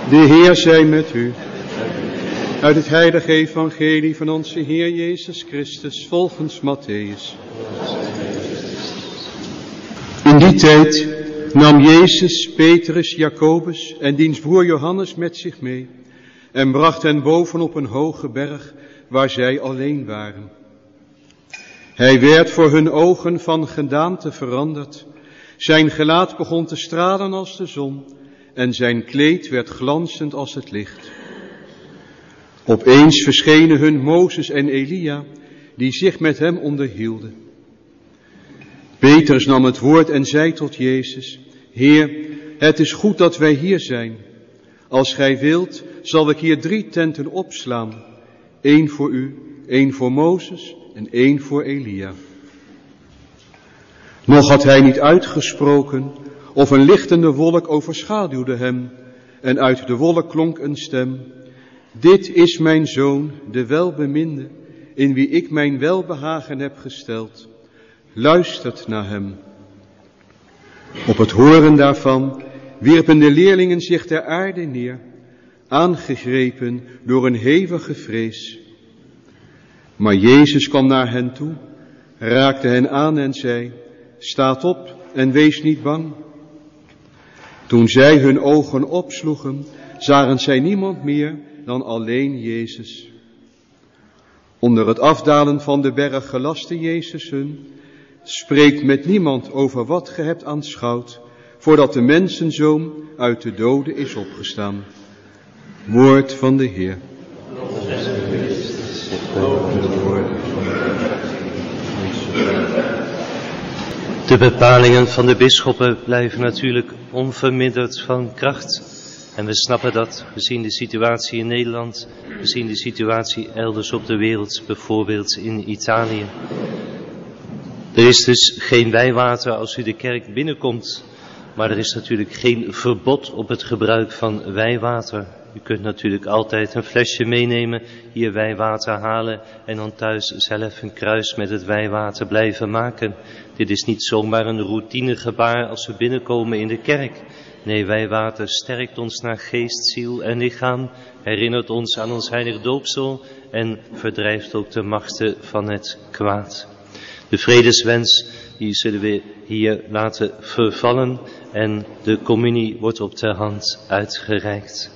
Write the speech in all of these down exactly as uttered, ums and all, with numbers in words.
De Heer zij met u. Uit het heilige evangelie van onze Heer Jezus Christus volgens Mattheüs. In die tijd nam Jezus, Petrus, Jacobus en diens broer Johannes met zich mee en bracht hen boven op een hoge berg waar zij alleen waren. Hij werd voor hun ogen van gedaante veranderd. Zijn gelaat begon te stralen als de zon en zijn kleed werd glanzend als het licht. Opeens verschenen hun Mozes en Elia, die zich met hem onderhielden. Petrus nam het woord en zei tot Jezus: Heer, het is goed dat wij hier zijn. Als gij wilt, zal ik hier drie tenten opslaan. Eén voor u, één voor Mozes en één voor Elia. Nog had hij niet uitgesproken, of een lichtende wolk overschaduwde hem, en uit de wolk klonk een stem: Dit is mijn zoon, de welbeminde, in wie ik mijn welbehagen heb gesteld. Luistert naar hem. Op het horen daarvan wierpen de leerlingen zich ter aarde neer, aangegrepen door een hevige vrees. Maar Jezus kwam naar hen toe, raakte hen aan en zei: Staat op en wees niet bang. Toen zij hun ogen opsloegen, zagen zij niemand meer dan alleen Jezus. Onder het afdalen van de berg gelastte Jezus hun: Spreek met niemand over wat ge hebt aanschouwd, voordat de mensenzoon uit de doden is opgestaan. Woord van de Heer. De bepalingen van de bisschoppen blijven natuurlijk onverminderd van kracht. En we snappen dat, gezien de situatie in Nederland, gezien de situatie elders op de wereld, bijvoorbeeld in Italië. Er is dus geen wijwater als u de kerk binnenkomt, maar er is natuurlijk geen verbod op het gebruik van wijwater. U kunt natuurlijk altijd een flesje meenemen, hier wijwater halen en dan thuis zelf een kruis met het wijwater blijven maken. Dit is niet zomaar een routinegebaar als we binnenkomen in de kerk. Nee, wijwater sterkt ons naar geest, ziel en lichaam, herinnert ons aan ons heilig doopsel en verdrijft ook de machten van het kwaad. De vredeswens, die zullen we hier laten vervallen en de communie wordt op de hand uitgereikt.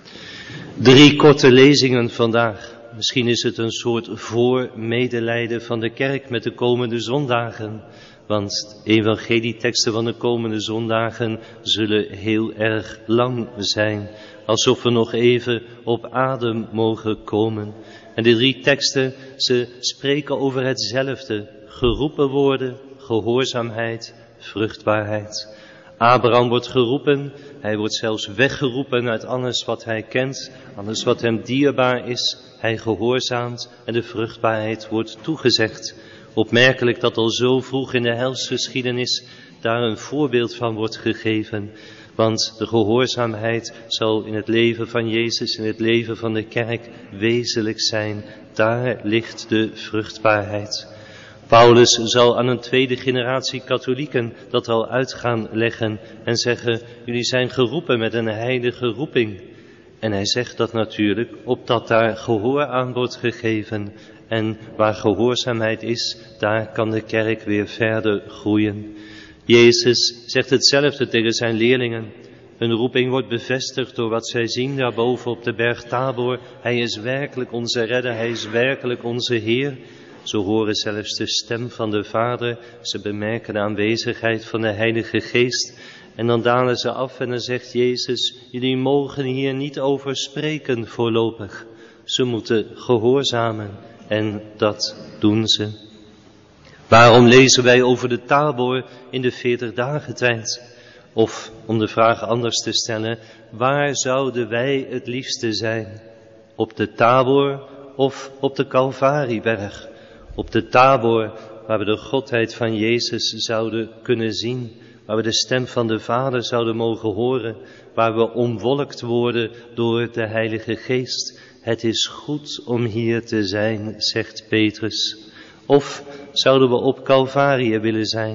Drie korte lezingen vandaag. Misschien is het een soort voormedelijden van de kerk met de komende zondagen. Want evangelieteksten van de komende zondagen zullen heel erg lang zijn. Alsof we nog even op adem mogen komen. En de drie teksten, ze spreken over hetzelfde. Geroepen worden, gehoorzaamheid, vruchtbaarheid. Abraham wordt geroepen, hij wordt zelfs weggeroepen uit alles wat hij kent, alles wat hem dierbaar is. Hij gehoorzaamt en de vruchtbaarheid wordt toegezegd. Opmerkelijk dat al zo vroeg in de heilsgeschiedenis daar een voorbeeld van wordt gegeven. Want de gehoorzaamheid zal in het leven van Jezus, in het leven van de kerk wezenlijk zijn. Daar ligt de vruchtbaarheid. Paulus zal aan een tweede generatie katholieken dat al uit gaan leggen en zeggen: jullie zijn geroepen met een heilige roeping. En hij zegt dat natuurlijk opdat daar gehoor aan wordt gegeven. En waar gehoorzaamheid is, daar kan de kerk weer verder groeien. Jezus zegt hetzelfde tegen zijn leerlingen. Hun roeping wordt bevestigd door wat zij zien daarboven op de berg Tabor. Hij is werkelijk onze redder, hij is werkelijk onze Heer. Ze horen zelfs de stem van de Vader, ze bemerken de aanwezigheid van de Heilige Geest. En dan dalen ze af en dan zegt Jezus: jullie mogen hier niet over spreken voorlopig. Ze moeten gehoorzamen en dat doen ze. Waarom lezen wij over de Tabor in de veertig dagen tijd? Of, om de vraag anders te stellen, waar zouden wij het liefste zijn? Op de Tabor of op de Calvarieberg? Op de Tabor, waar we de godheid van Jezus zouden kunnen zien, waar we de stem van de Vader zouden mogen horen, waar we omwolkt worden door de Heilige Geest. Het is goed om hier te zijn, zegt Petrus. Of zouden we op Calvarie willen zijn,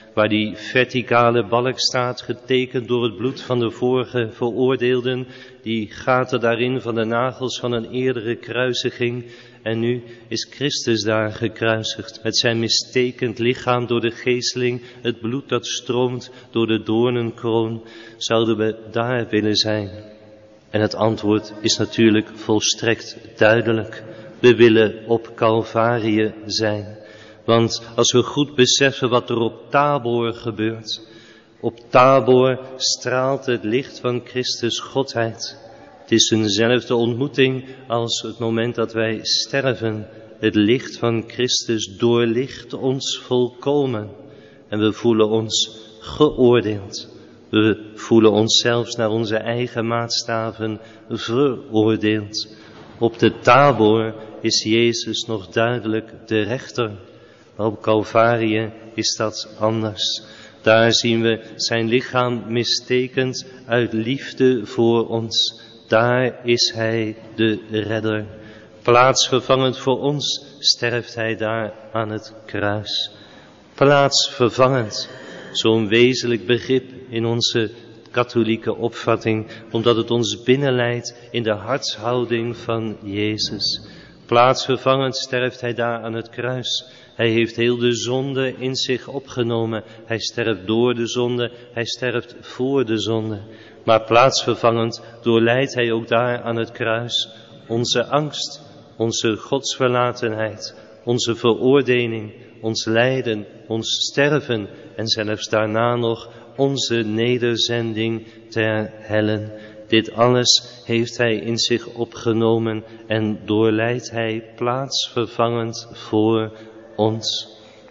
waar die verticale balk staat, getekend door het bloed van de vorige veroordeelden, die gaten daarin van de nagels van een eerdere kruisiging. En nu is Christus daar gekruisigd, met zijn mistekend lichaam door de geesteling, het bloed dat stroomt door de doornenkroon. Zouden we daar willen zijn? En het antwoord is natuurlijk volstrekt duidelijk. We willen op Calvarië zijn. Want als we goed beseffen wat er op Tabor gebeurt, op Tabor straalt het licht van Christus Godheid. Het is eenzelfde ontmoeting als het moment dat wij sterven. Het licht van Christus doorlicht ons volkomen. En we voelen ons geoordeeld. We voelen ons zelfs naar onze eigen maatstaven veroordeeld. Op de Tabor is Jezus nog duidelijk de rechter. Maar op Calvarië is dat anders. Daar zien we zijn lichaam mistekend uit liefde voor ons. Daar is hij de redder. Plaatsvervangend voor ons sterft hij daar aan het kruis. Plaatsvervangend, zo'n wezenlijk begrip in onze katholieke opvatting, omdat het ons binnenleidt in de hartshouding van Jezus. Plaatsvervangend sterft hij daar aan het kruis. Hij heeft heel de zonde in zich opgenomen. Hij sterft door de zonde, hij sterft voor de zonde. Maar plaatsvervangend doorlijdt hij ook daar aan het kruis onze angst, onze godsverlatenheid, onze veroordeling, ons lijden, ons sterven en zelfs daarna nog onze nederzending ter hellen. Dit alles heeft hij in zich opgenomen en doorlijdt hij plaatsvervangend voor ons.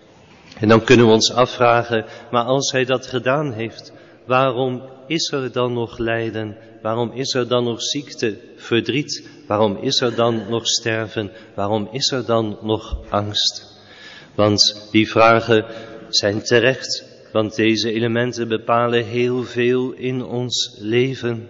En dan kunnen we ons afvragen, maar als hij dat gedaan heeft, waarom is er dan nog lijden? Waarom is er dan nog ziekte, verdriet? Waarom is er dan nog sterven? Waarom is er dan nog angst? Want die vragen zijn terecht, want deze elementen bepalen heel veel in ons leven.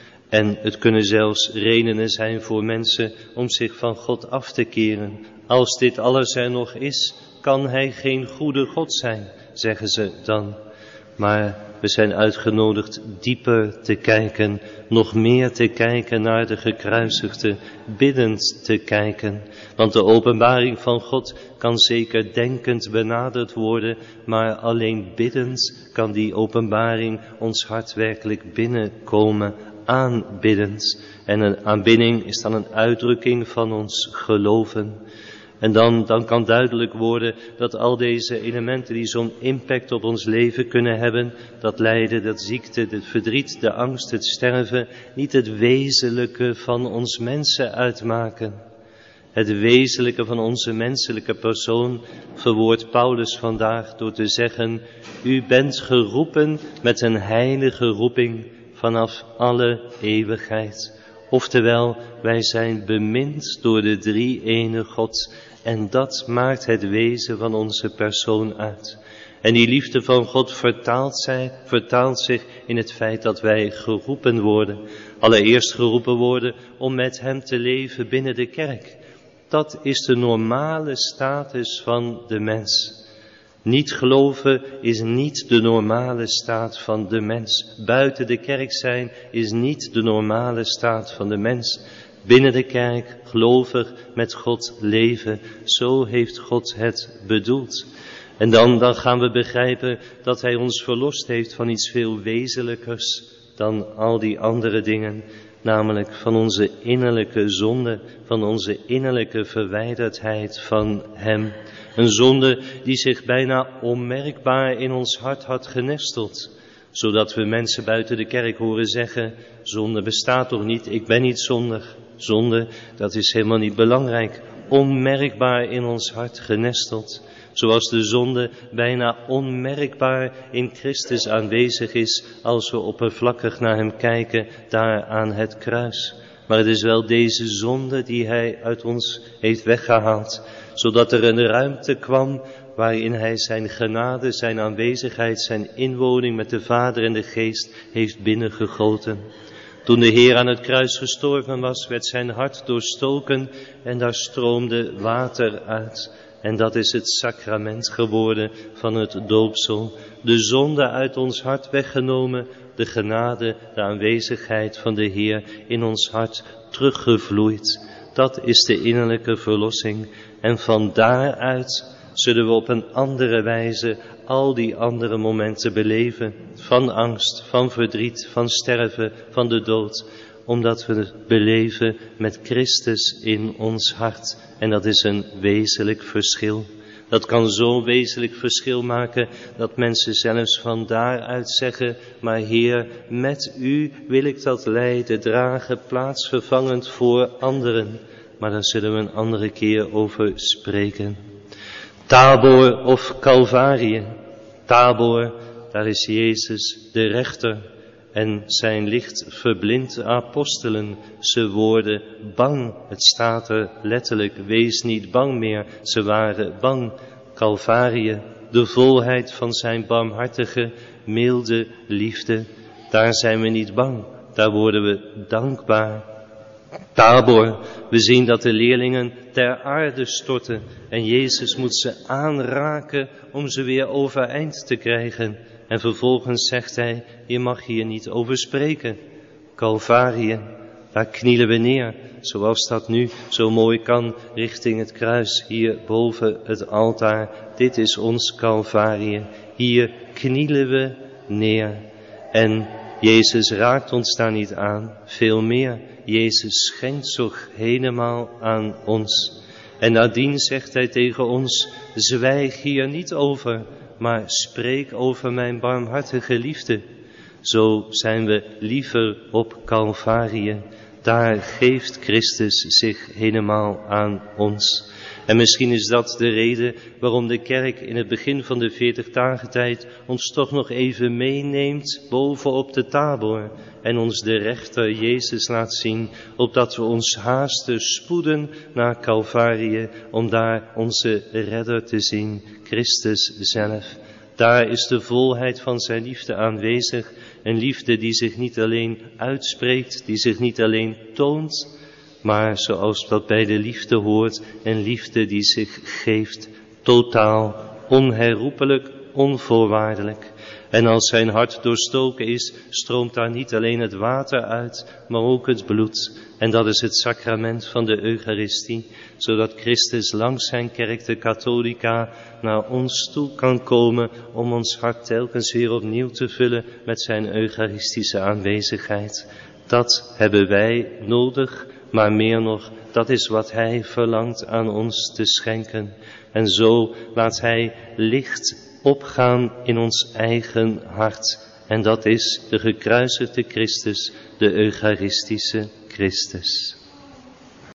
En het kunnen zelfs redenen zijn voor mensen om zich van God af te keren. Als dit alles er nog is, kan hij geen goede God zijn, zeggen ze dan. Maar we zijn uitgenodigd dieper te kijken, nog meer te kijken naar de gekruisigde, biddend te kijken. Want de openbaring van God kan zeker denkend benaderd worden, maar alleen biddend kan die openbaring ons hart werkelijk binnenkomen, aanbiddend. En een aanbidding is dan een uitdrukking van ons geloven. En dan, dan kan duidelijk worden dat al deze elementen die zo'n impact op ons leven kunnen hebben, dat lijden, dat ziekte, het verdriet, de angst, het sterven, niet het wezenlijke van ons mensen uitmaken. Het wezenlijke van onze menselijke persoon verwoordt Paulus vandaag door te zeggen, u bent geroepen met een heilige roeping vanaf alle eeuwigheid. Oftewel, wij zijn bemind door de drie-ene God. En dat maakt het wezen van onze persoon uit. En die liefde van God vertaalt, zij, vertaalt zich in het feit dat wij geroepen worden. Allereerst geroepen worden om met hem te leven binnen de kerk. Dat is de normale status van de mens. Niet geloven is niet de normale staat van de mens. Buiten de kerk zijn is niet de normale staat van de mens. Binnen de kerk, gelovig met God leven. Zo heeft God het bedoeld. En dan, dan gaan we begrijpen dat hij ons verlost heeft van iets veel wezenlijkers dan al die andere dingen. Namelijk van onze innerlijke zonde, van onze innerlijke verwijderdheid van hem. Een zonde die zich bijna onmerkbaar in ons hart had genesteld. Zodat we mensen buiten de kerk horen zeggen, zonde bestaat toch niet, ik ben niet zondig. Zonde, dat is helemaal niet belangrijk. Onmerkbaar in ons hart genesteld. Zoals de zonde bijna onmerkbaar in Christus aanwezig is als we oppervlakkig naar hem kijken, daar aan het kruis. Maar het is wel deze zonde die hij uit ons heeft weggehaald, zodat er een ruimte kwam waarin hij zijn genade, zijn aanwezigheid, zijn inwoning met de Vader en de Geest heeft binnengegoten. Toen de Heer aan het kruis gestorven was, werd zijn hart doorstoken en daar stroomde water uit. En dat is het sacrament geworden van het doopsel. De zonde uit ons hart weggenomen, de genade, de aanwezigheid van de Heer in ons hart teruggevloeid. Dat is de innerlijke verlossing. En van daaruit zullen we op een andere wijze al die andere momenten beleven. Van angst, van verdriet, van sterven, van de dood. Omdat we het beleven met Christus in ons hart. En dat is een wezenlijk verschil. Dat kan zo'n wezenlijk verschil maken dat mensen zelfs van daaruit zeggen, maar Heer, met u wil ik dat lijden dragen, plaatsvervangend voor anderen. Maar daar zullen we een andere keer over spreken. Tabor of Calvarië. Tabor, daar is Jezus de rechter. En zijn licht verblindt apostelen. Ze worden bang. Het staat er letterlijk, wees niet bang meer. Ze waren bang. Calvarië, de volheid van zijn barmhartige, milde liefde. Daar zijn we niet bang. Daar worden we dankbaar. Tabor, we zien dat de leerlingen ter aarde storten. En Jezus moet ze aanraken om ze weer overeind te krijgen. En vervolgens zegt hij, je mag hier niet over spreken. Calvarië, daar knielen we neer, zoals dat nu zo mooi kan, richting het kruis, hier boven het altaar. Dit is ons Calvarië, hier knielen we neer. En Jezus raakt ons daar niet aan, veel meer. Jezus schenkt zich helemaal aan ons. En nadien zegt hij tegen ons, zwijg hier niet over, maar spreek over mijn barmhartige liefde. Zo zijn we liever op Calvarië. Daar geeft Christus zich helemaal aan ons. En misschien is dat de reden waarom de kerk in het begin van de veertig dagen tijd ons toch nog even meeneemt bovenop de Tabor. En ons de rechter Jezus laat zien, opdat we ons haasten, spoeden naar Calvarië, om daar onze redder te zien, Christus zelf. Daar is de volheid van zijn liefde aanwezig. Een liefde die zich niet alleen uitspreekt, die zich niet alleen toont, maar zoals dat bij de liefde hoort, een liefde die zich geeft, totaal, onherroepelijk, onvoorwaardelijk. En als zijn hart doorstoken is, stroomt daar niet alleen het water uit, maar ook het bloed. En dat is het sacrament van de Eucharistie, zodat Christus langs zijn kerk, de Katholica, naar ons toe kan komen om ons hart telkens weer opnieuw te vullen met zijn Eucharistische aanwezigheid. Dat hebben wij nodig, maar meer nog, dat is wat hij verlangt aan ons te schenken. En zo laat hij licht opgaan in ons eigen hart. En dat is de gekruisigde Christus, de Eucharistische Christus.